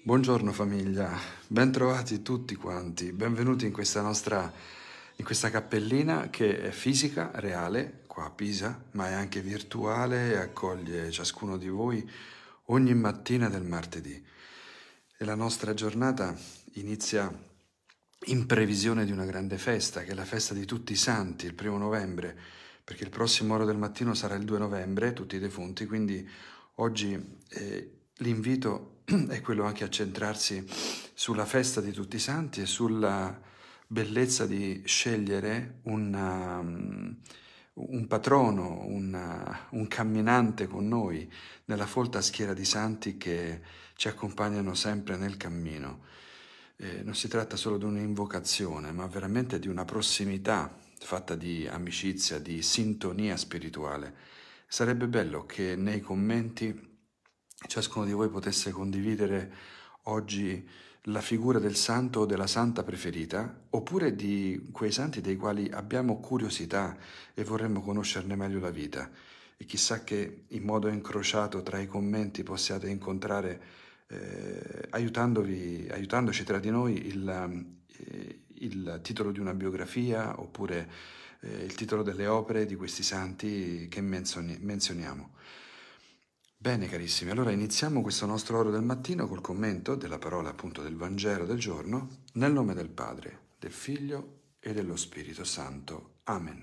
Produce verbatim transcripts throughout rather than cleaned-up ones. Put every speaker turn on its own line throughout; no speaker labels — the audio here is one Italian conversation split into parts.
Buongiorno famiglia, ben trovati tutti quanti, benvenuti in questa nostra, in questa cappellina che è fisica, reale, qua a Pisa, ma è anche virtuale e accoglie ciascuno di voi ogni mattina del martedì. E la nostra giornata inizia in previsione di una grande festa, che è la festa di tutti i santi, il primo novembre, perché il prossimo oro del mattino sarà il due novembre, tutti i defunti, quindi oggi eh, l'invito è quello anche a centrarsi sulla festa di tutti i santi e sulla bellezza di scegliere una, un patrono, una, un camminante con noi nella folta schiera di santi che ci accompagnano sempre nel cammino. Eh, non si tratta solo di un'invocazione, ma veramente di una prossimità fatta di amicizia, di sintonia spirituale. Sarebbe bello che nei commenti ciascuno di voi potesse condividere oggi la figura del santo o della santa preferita, oppure di quei santi dei quali abbiamo curiosità e vorremmo conoscerne meglio la vita. E chissà che in modo incrociato tra i commenti possiate incontrare, eh, aiutandovi, aiutandoci tra di noi, il, eh, il titolo di una biografia oppure eh, il titolo delle opere di questi santi che menzioni- menzioniamo. Bene carissimi, allora iniziamo questo nostro oro del mattino col commento della parola appunto del Vangelo del giorno, nel nome del Padre, del Figlio e dello Spirito Santo. Amen.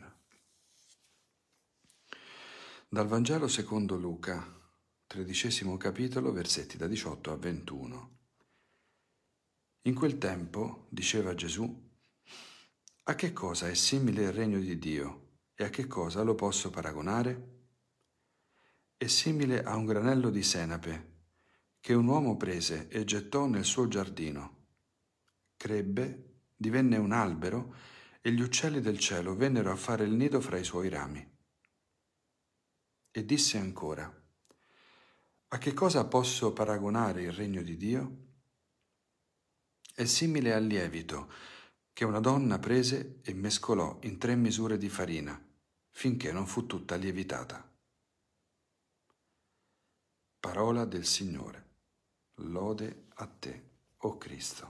Dal Vangelo secondo Luca, tredicesimo capitolo, versetti da diciotto a ventuno. In quel tempo, diceva Gesù, a che cosa è simile il regno di Dio e a che cosa lo posso paragonare? È simile a un granello di senape che un uomo prese e gettò nel suo giardino. Crebbe, divenne un albero e gli uccelli del cielo vennero a fare il nido fra i suoi rami. E disse ancora, a che cosa posso paragonare il regno di Dio? È simile al lievito che una donna prese e mescolò in tre misure di farina finché non fu tutta lievitata. Parola del Signore. Lode a te, o Cristo.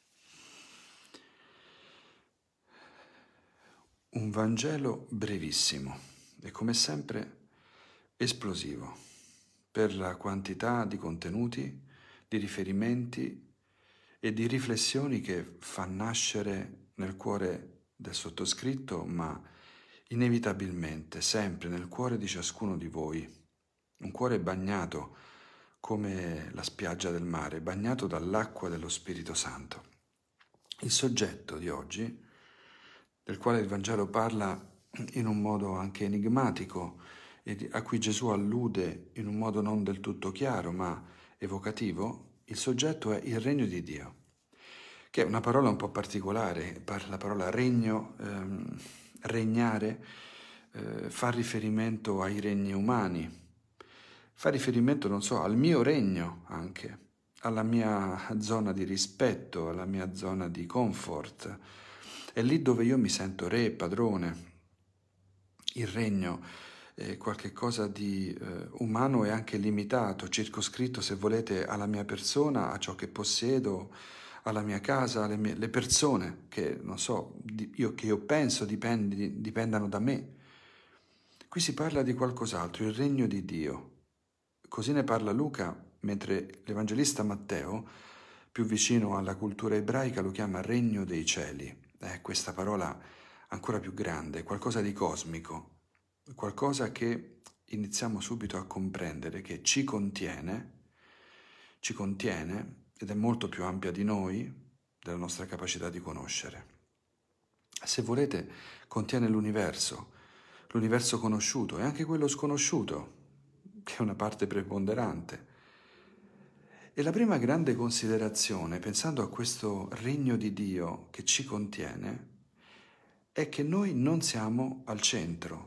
Un Vangelo brevissimo e come sempre esplosivo per la quantità di contenuti, di riferimenti e di riflessioni che fa nascere nel cuore del sottoscritto, ma inevitabilmente sempre nel cuore di ciascuno di voi. Un cuore bagnato come la spiaggia del mare, bagnato dall'acqua dello Spirito Santo. Il soggetto di oggi, del quale il Vangelo parla in un modo anche enigmatico e a cui Gesù allude in un modo non del tutto chiaro ma evocativo, il soggetto è il regno di Dio, che è una parola un po' particolare. La parola regno, ehm, regnare, eh, fa riferimento ai regni umani, fa riferimento, non so, al mio regno anche, alla mia zona di rispetto, alla mia zona di comfort. È lì dove io mi sento re, padrone. Il regno è qualcosa di eh, umano e anche limitato, circoscritto, se volete, alla mia persona, a ciò che possiedo, alla mia casa, alle mie, le persone che, non so, di, io, che io penso dipendi, dipendano da me. Qui si parla di qualcos'altro, il regno di Dio. Così ne parla Luca, mentre l'Evangelista Matteo, più vicino alla cultura ebraica, lo chiama regno dei cieli. Eh, questa parola ancora più grande, qualcosa di cosmico, qualcosa che iniziamo subito a comprendere che ci contiene, ci contiene ed è molto più ampia di noi, della nostra capacità di conoscere. Se volete, contiene l'universo, l'universo conosciuto e anche quello sconosciuto, che è una parte preponderante. E la prima grande considerazione, pensando a questo regno di Dio che ci contiene, è che noi non siamo al centro.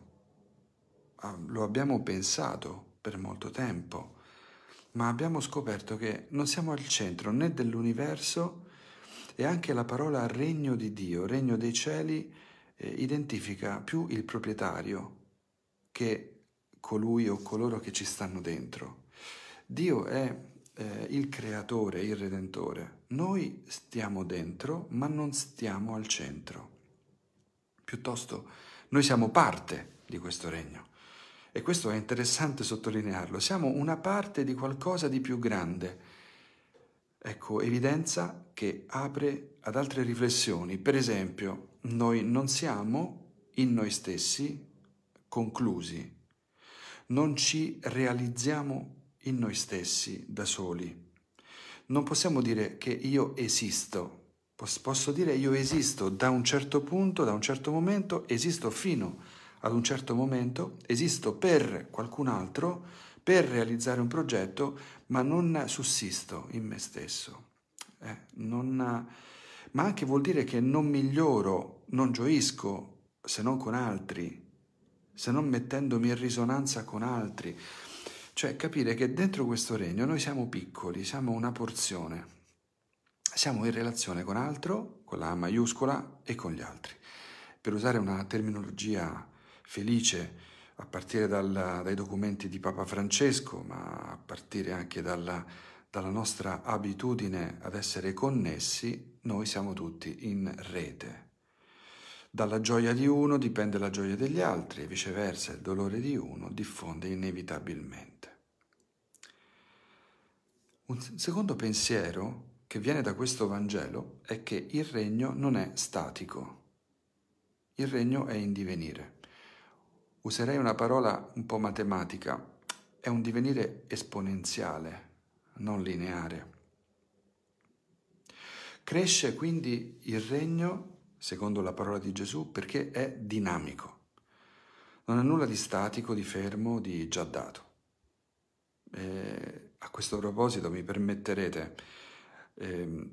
Lo abbiamo pensato per molto tempo, ma abbiamo scoperto che non siamo al centro né dell'universo, e anche la parola regno di Dio, regno dei cieli, eh, identifica più il proprietario che colui o coloro che ci stanno dentro. Dio è eh, il creatore, il redentore. Noi stiamo dentro, ma non stiamo al centro. Piuttosto, noi siamo parte di questo regno. E questo è interessante sottolinearlo. Siamo una parte di qualcosa di più grande. Ecco, evidenza che apre ad altre riflessioni. Per esempio, noi non siamo in noi stessi conclusi. Non ci realizziamo in noi stessi da soli. Non possiamo dire che io esisto. Posso dire io esisto da un certo punto, da un certo momento, esisto fino ad un certo momento, esisto per qualcun altro, per realizzare un progetto, ma non sussisto in me stesso. Eh, non, ma anche vuol dire che non miglioro, non gioisco se non con altri, se non mettendomi in risonanza con altri. Cioè capire che dentro questo regno noi siamo piccoli, siamo una porzione, siamo in relazione con altro, con la A maiuscola, e con gli altri. Per usare una terminologia felice, a partire dal, dai documenti di Papa Francesco, ma a partire anche dalla, dalla nostra abitudine ad essere connessi, noi siamo tutti in rete. Dalla gioia di uno dipende la gioia degli altri e viceversa il dolore di uno diffonde inevitabilmente. Un secondo pensiero che viene da questo Vangelo è che il regno non è statico, il regno è in divenire. Userei una parola un po' matematica, è un divenire esponenziale, non lineare. Cresce quindi il regno, secondo la parola di Gesù, perché è dinamico. Non ha nulla di statico, di fermo, di già dato. E a questo proposito mi permetterete, eh,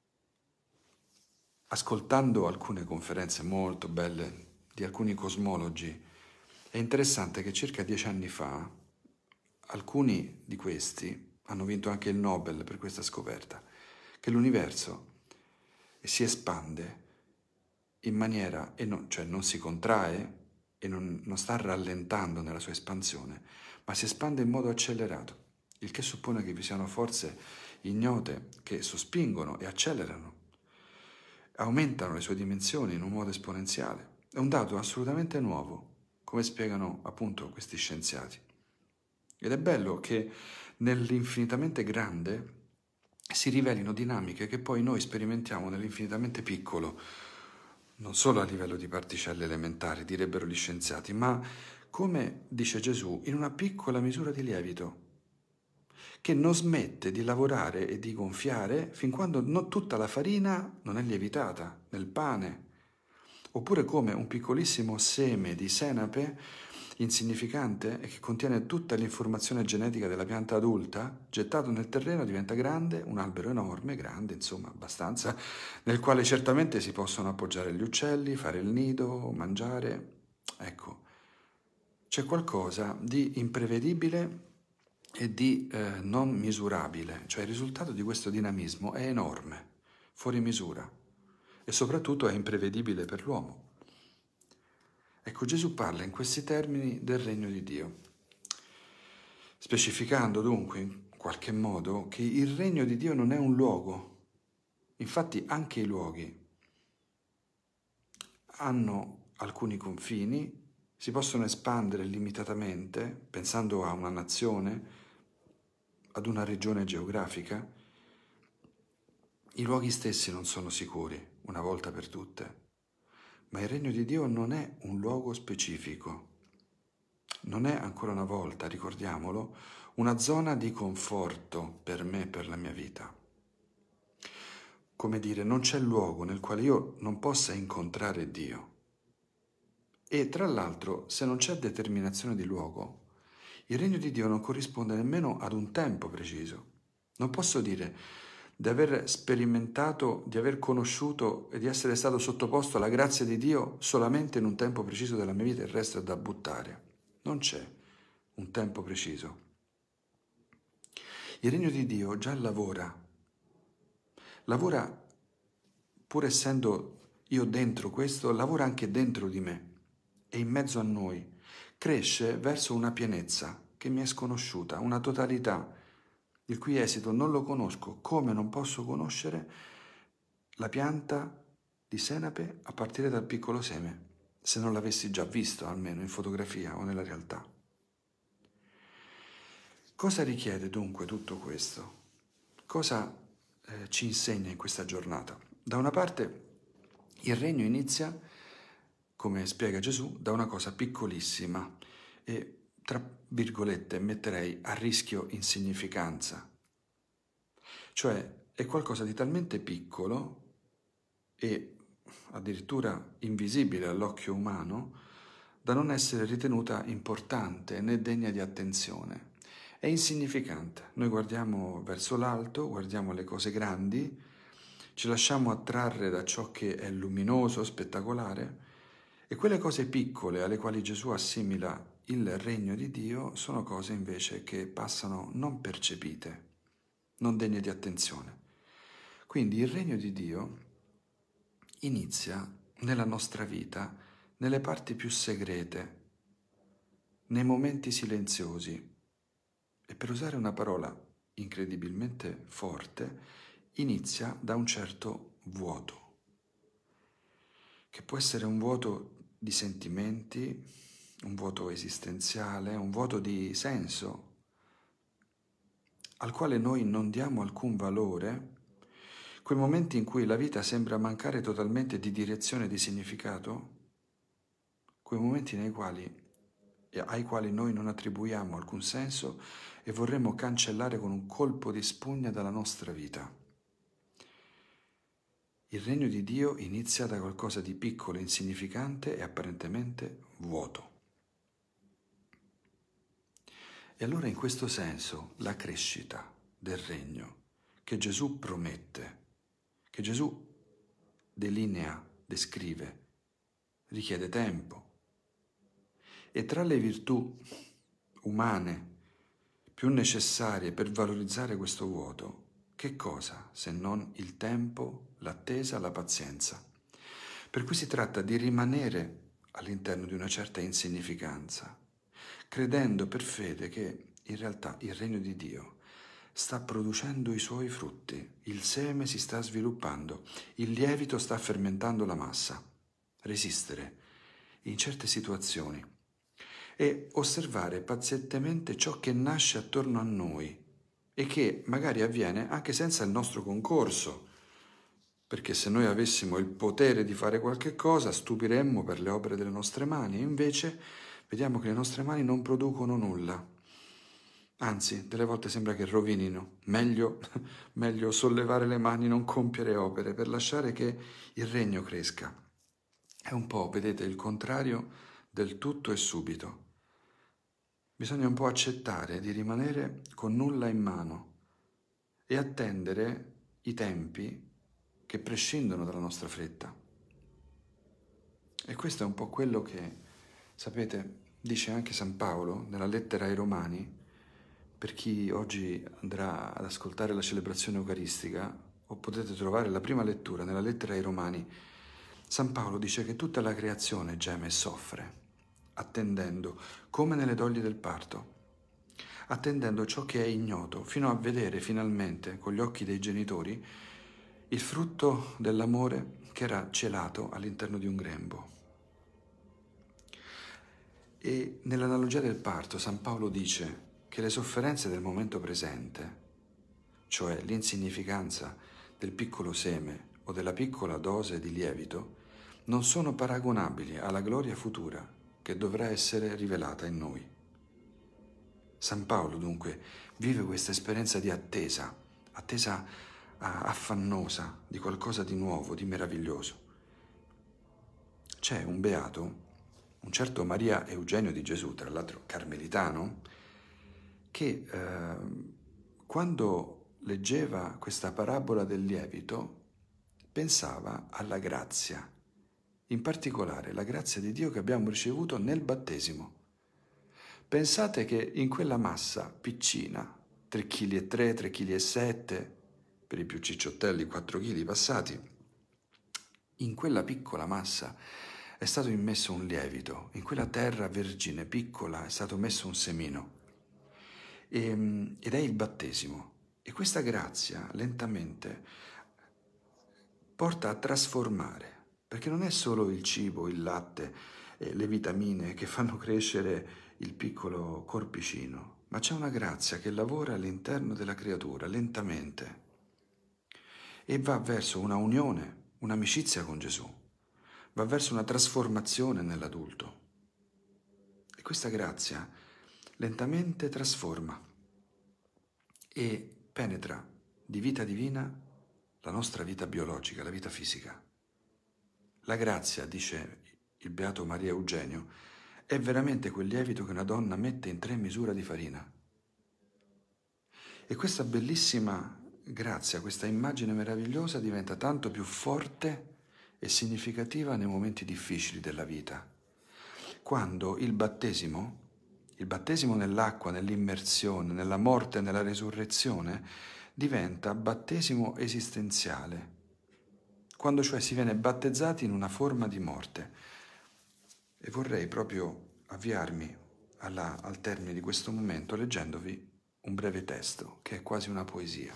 ascoltando alcune conferenze molto belle di alcuni cosmologi, è interessante che circa dieci anni fa alcuni di questi hanno vinto anche il Nobel per questa scoperta, che l'universo si espande in maniera, e non, cioè non si contrae e non, non sta rallentando nella sua espansione, ma si espande in modo accelerato, il che suppone che vi siano forze ignote che sospingono e accelerano, aumentano le sue dimensioni in un modo esponenziale. È un dato assolutamente nuovo, come spiegano appunto questi scienziati. Ed è bello che nell'infinitamente grande si rivelino dinamiche che poi noi sperimentiamo nell'infinitamente piccolo, non solo a livello di particelle elementari, direbbero gli scienziati, ma, come dice Gesù, in una piccola misura di lievito, che non smette di lavorare e di gonfiare fin quando non tutta la farina non è lievitata nel pane. Oppure come un piccolissimo seme di senape insignificante e che contiene tutta l'informazione genetica della pianta adulta, gettato nel terreno diventa grande, un albero enorme, grande, insomma, abbastanza, nel quale certamente si possono appoggiare gli uccelli, fare il nido, mangiare. Ecco, c'è qualcosa di imprevedibile e di eh, non misurabile, cioè il risultato di questo dinamismo è enorme, fuori misura, e soprattutto è imprevedibile per l'uomo. Ecco, Gesù parla in questi termini del regno di Dio, specificando dunque in qualche modo che il regno di Dio non è un luogo. Infatti anche i luoghi hanno alcuni confini, si possono espandere limitatamente, pensando a una nazione, ad una regione geografica. I luoghi stessi non sono sicuri, una volta per tutte. Ma il regno di Dio non è un luogo specifico, non è, ancora una volta, ricordiamolo, una zona di conforto per me, per la mia vita. Come dire, non c'è luogo nel quale io non possa incontrare Dio. E tra l'altro, se non c'è determinazione di luogo, il regno di Dio non corrisponde nemmeno ad un tempo preciso. Non posso dire di aver sperimentato, di aver conosciuto e di essere stato sottoposto alla grazia di Dio solamente in un tempo preciso della mia vita e il resto è da buttare. Non c'è un tempo preciso. Il regno di Dio già lavora. Lavora, pur essendo io dentro questo, lavora anche dentro di me e in mezzo a noi. Cresce verso una pienezza che mi è sconosciuta, una totalità il cui esito non lo conosco, come non posso conoscere la pianta di senape a partire dal piccolo seme, se non l'avessi già visto almeno in fotografia o nella realtà. Cosa richiede dunque tutto questo? Cosa eh, ci insegna in questa giornata? Da una parte il regno inizia, come spiega Gesù, da una cosa piccolissima e, tra virgolette, metterei a rischio insignificanza. Cioè è qualcosa di talmente piccolo e addirittura invisibile all'occhio umano da non essere ritenuta importante né degna di attenzione. È insignificante. Noi guardiamo verso l'alto, guardiamo le cose grandi, ci lasciamo attrarre da ciò che è luminoso, spettacolare, e quelle cose piccole alle quali Gesù assimila il regno di Dio sono cose invece che passano non percepite, non degne di attenzione. Quindi il regno di Dio inizia nella nostra vita, nelle parti più segrete, nei momenti silenziosi. E per usare una parola incredibilmente forte, inizia da un certo vuoto, che può essere un vuoto di sentimenti, un vuoto esistenziale, un vuoto di senso, al quale noi non diamo alcun valore, quei momenti in cui la vita sembra mancare totalmente di direzione e di significato, quei momenti nei quali, ai quali noi non attribuiamo alcun senso e vorremmo cancellare con un colpo di spugna dalla nostra vita. Il regno di Dio inizia da qualcosa di piccolo, insignificante e apparentemente vuoto. E allora in questo senso la crescita del regno che Gesù promette, che Gesù delinea, descrive, richiede tempo. E tra le virtù umane più necessarie per valorizzare questo vuoto, che cosa se non il tempo, l'attesa, la pazienza? Per cui si tratta di rimanere all'interno di una certa insignificanza, credendo per fede che in realtà il regno di Dio sta producendo i suoi frutti, il seme si sta sviluppando, il lievito sta fermentando la massa. Resistere in certe situazioni e osservare pazientemente ciò che nasce attorno a noi e che magari avviene anche senza il nostro concorso, perché se noi avessimo il potere di fare qualche cosa stupiremmo per le opere delle nostre mani, e invece vediamo che le nostre mani non producono nulla. Anzi, delle volte sembra che rovinino. Meglio, meglio sollevare le mani, non compiere opere, per lasciare che il regno cresca. È un po', vedete, il contrario del tutto e subito. Bisogna un po' accettare di rimanere con nulla in mano e attendere i tempi che prescindono dalla nostra fretta. E questo è un po' quello che, sapete, dice anche San Paolo nella lettera ai Romani. Per chi oggi andrà ad ascoltare la celebrazione eucaristica, o potete trovare la prima lettura nella lettera ai Romani, San Paolo dice che tutta la creazione geme e soffre, attendendo, come nelle doglie del parto, attendendo ciò che è ignoto, fino a vedere finalmente, con gli occhi dei genitori, il frutto dell'amore che era celato all'interno di un grembo. E nell'analogia del parto, San Paolo dice che le sofferenze del momento presente, cioè l'insignificanza del piccolo seme o della piccola dose di lievito, non sono paragonabili alla gloria futura che dovrà essere rivelata in noi. San Paolo dunque vive questa esperienza di attesa, attesa affannosa di qualcosa di nuovo, di meraviglioso. C'è un beato, un certo Maria Eugenio di Gesù, tra l'altro carmelitano, che eh, quando leggeva questa parabola del lievito pensava alla grazia, in particolare la grazia di Dio che abbiamo ricevuto nel battesimo. Pensate che in quella massa piccina, tre virgola tre chili, tre virgola sette chili, per i più cicciottelli quattro chili passati, in quella piccola massa è stato immesso un lievito, in quella terra vergine piccola è stato messo un semino. E, ed è il battesimo. E questa grazia lentamente porta a trasformare, perché non è solo il cibo, il latte, eh, le vitamine che fanno crescere il piccolo corpicino, ma c'è una grazia che lavora all'interno della creatura lentamente e va verso una unione, un'amicizia con Gesù, va verso una trasformazione nell'adulto. E questa grazia lentamente trasforma e penetra di vita divina la nostra vita biologica, la vita fisica. La grazia, dice il beato Maria Eugenio, è veramente quel lievito che una donna mette in tre misure di farina. E questa bellissima grazia, questa immagine meravigliosa diventa tanto più forte e significativa nei momenti difficili della vita, quando il battesimo, il battesimo nell'acqua, nell'immersione, nella morte e nella resurrezione, diventa battesimo esistenziale, quando cioè si viene battezzati in una forma di morte. E vorrei proprio avviarmi alla, al termine di questo momento leggendovi un breve testo, che è quasi una poesia.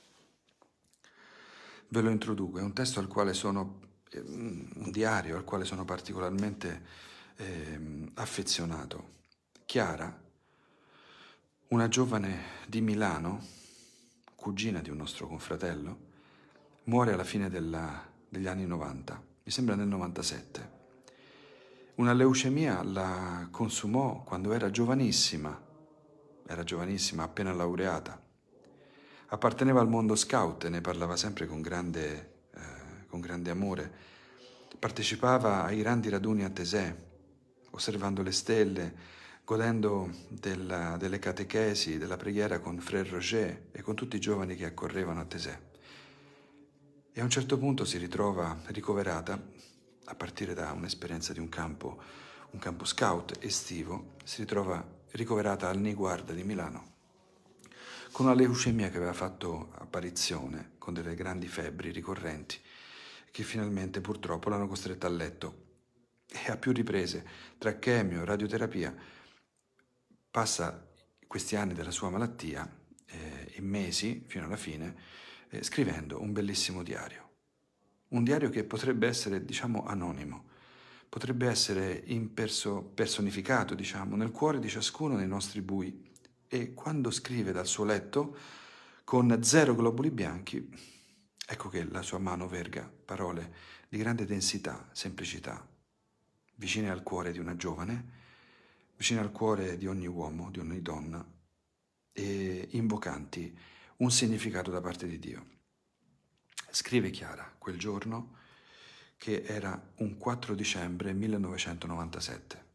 Ve lo introduco, è un testo al quale sono, eh, un diario al quale sono particolarmente eh, affezionato. Chiara, una giovane di Milano, cugina di un nostro confratello, muore alla fine della, degli anni novanta, mi sembra nel novantasette. Una leucemia la consumò quando era giovanissima, era giovanissima, appena laureata. Apparteneva al mondo scout e ne parlava sempre con grande, eh, con grande amore. Partecipava ai grandi raduni a Tesè, osservando le stelle, godendo della, delle catechesi, della preghiera con Frère Roger e con tutti i giovani che accorrevano a Tesè. E a un certo punto si ritrova ricoverata, a partire da un'esperienza di un campo, un campo scout estivo, si ritrova ricoverata al Niguarda di Milano, con una leucemia che aveva fatto apparizione, con delle grandi febbri ricorrenti, che finalmente purtroppo l'hanno costretta a letto. E a più riprese, tra chemio e radioterapia, passa questi anni della sua malattia, eh, in mesi, fino alla fine, eh, scrivendo un bellissimo diario. Un diario che potrebbe essere, diciamo, anonimo, potrebbe essere imperso, personificato, diciamo, nel cuore di ciascuno dei nostri bui. E quando scrive dal suo letto, con zero globuli bianchi, ecco che la sua mano verga parole di grande densità, semplicità, vicine al cuore di una giovane, vicine al cuore di ogni uomo, di ogni donna, e invocanti un significato da parte di Dio. Scrive Chiara quel giorno, che era un quattro dicembre millenovecentonovantasette.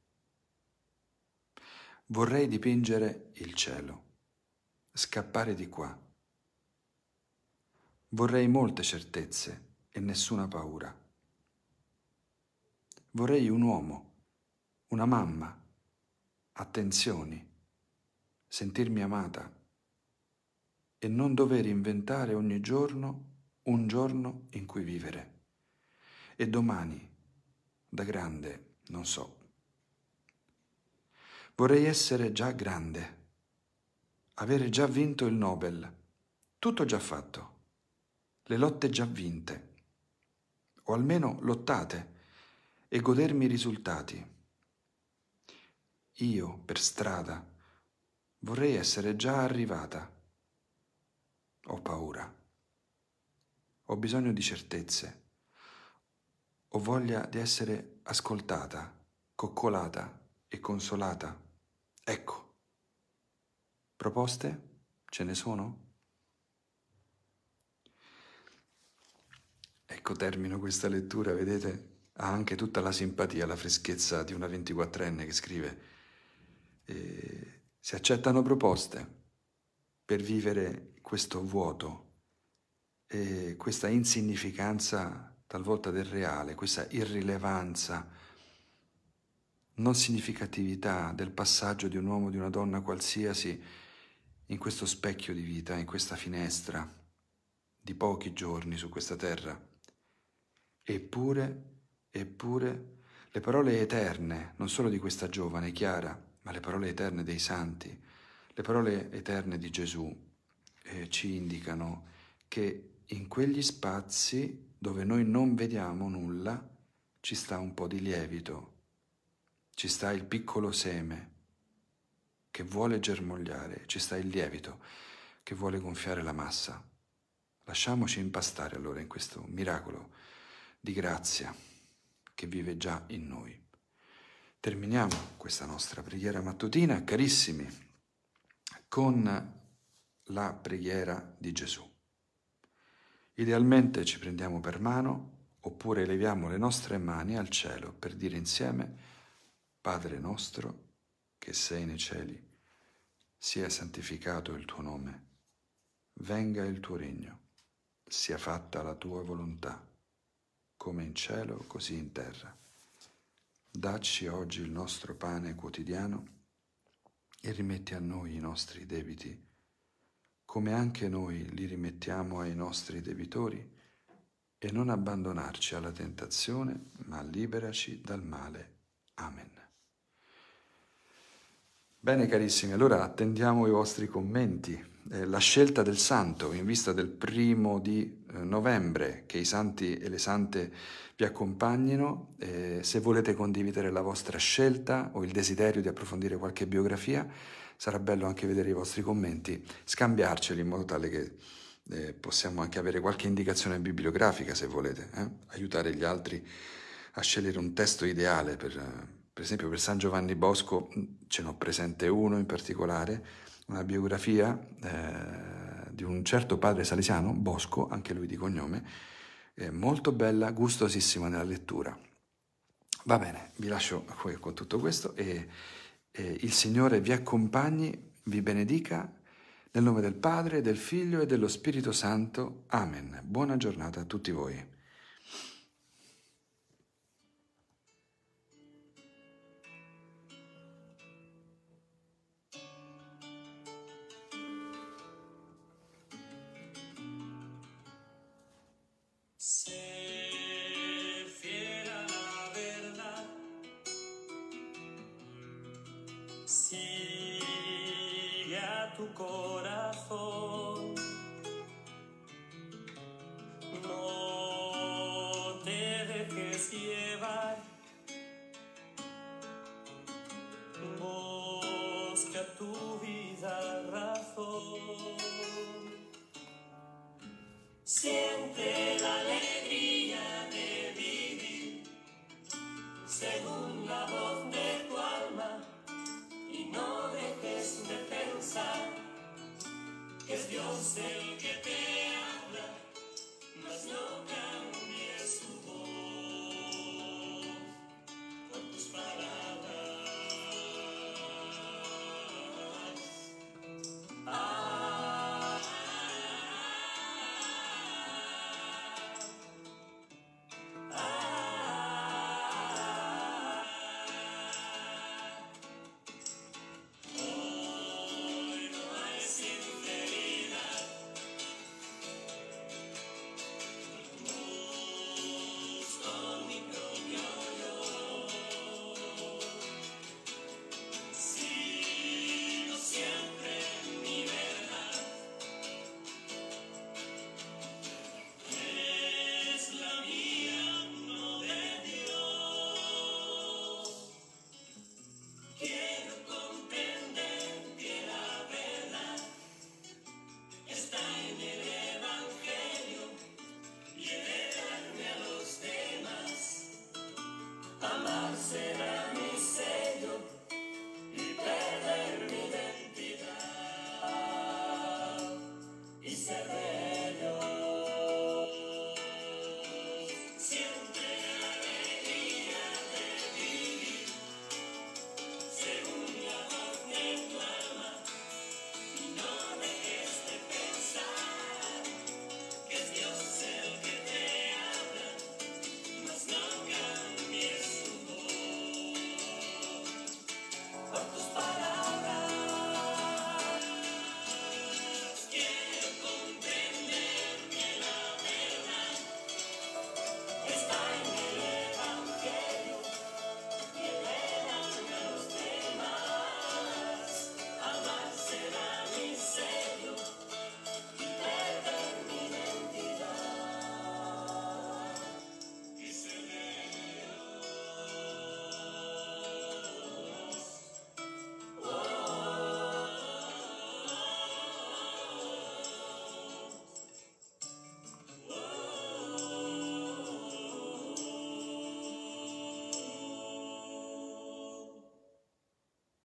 Vorrei dipingere il cielo, scappare di qua. Vorrei molte certezze e nessuna paura. Vorrei un uomo, una mamma, attenzioni, sentirmi amata e non dover inventare ogni giorno un giorno in cui vivere. E domani, da grande, non so. Vorrei essere già grande, avere già vinto il Nobel, tutto già fatto, le lotte già vinte, o almeno lottate, e godermi i risultati. Io, per strada, vorrei essere già arrivata. Ho paura. Ho bisogno di certezze. Ho voglia di essere ascoltata, coccolata e consolata. Ecco. Proposte? Ce ne sono? Ecco, termino questa lettura, vedete? Ha anche tutta la simpatia, la freschezza di una ventiquattrenne che scrive. E si accettano proposte per vivere questo vuoto e questa insignificanza talvolta del reale, questa irrilevanza, non significatività del passaggio di un uomo o di una donna qualsiasi in questo specchio di vita, in questa finestra di pochi giorni su questa terra. Eppure, eppure, le parole eterne, non solo di questa giovane Chiara, ma le parole eterne dei santi, le parole eterne di Gesù, eh, ci indicano che in quegli spazi dove noi non vediamo nulla ci sta un po' di lievito, ci sta il piccolo seme che vuole germogliare, ci sta il lievito che vuole gonfiare la massa. Lasciamoci impastare allora in questo miracolo di grazia che vive già in noi. Terminiamo questa nostra preghiera mattutina, carissimi, con la preghiera di Gesù. Idealmente ci prendiamo per mano oppure eleviamo le nostre mani al cielo per dire insieme: Padre nostro che sei nei cieli, sia santificato il tuo nome, venga il tuo regno, sia fatta la tua volontà, come in cielo così in terra. Dacci oggi il nostro pane quotidiano e rimetti a noi i nostri debiti, come anche noi li rimettiamo ai nostri debitori, e non abbandonarci alla tentazione, ma liberaci dal male. Amen. Bene carissimi, allora attendiamo i vostri commenti. Eh, la scelta del santo in vista del primo di eh, novembre, che i santi e le sante vi accompagnino. Eh, se volete condividere la vostra scelta o il desiderio di approfondire qualche biografia, sarà bello anche vedere i vostri commenti, scambiarceli in modo tale che eh, possiamo anche avere qualche indicazione bibliografica, se volete, eh? aiutare gli altri a scegliere un testo ideale. Per, per esempio per San Giovanni Bosco ce n'ho presente uno in particolare, una biografia eh, di un certo padre salesiano, Bosco, anche lui di cognome, eh, molto bella, gustosissima nella lettura. Va bene, vi lascio con tutto questo e, e il Signore vi accompagni, vi benedica, nel nome del Padre, del Figlio e dello Spirito Santo. Amen. Buona giornata a tutti voi.
Sigue a tu corazón, no te dejes llevar, busca tu vida razón, siente la alegría de vivir según la voz de tu alma. No dejes de pensar que es Dios el que te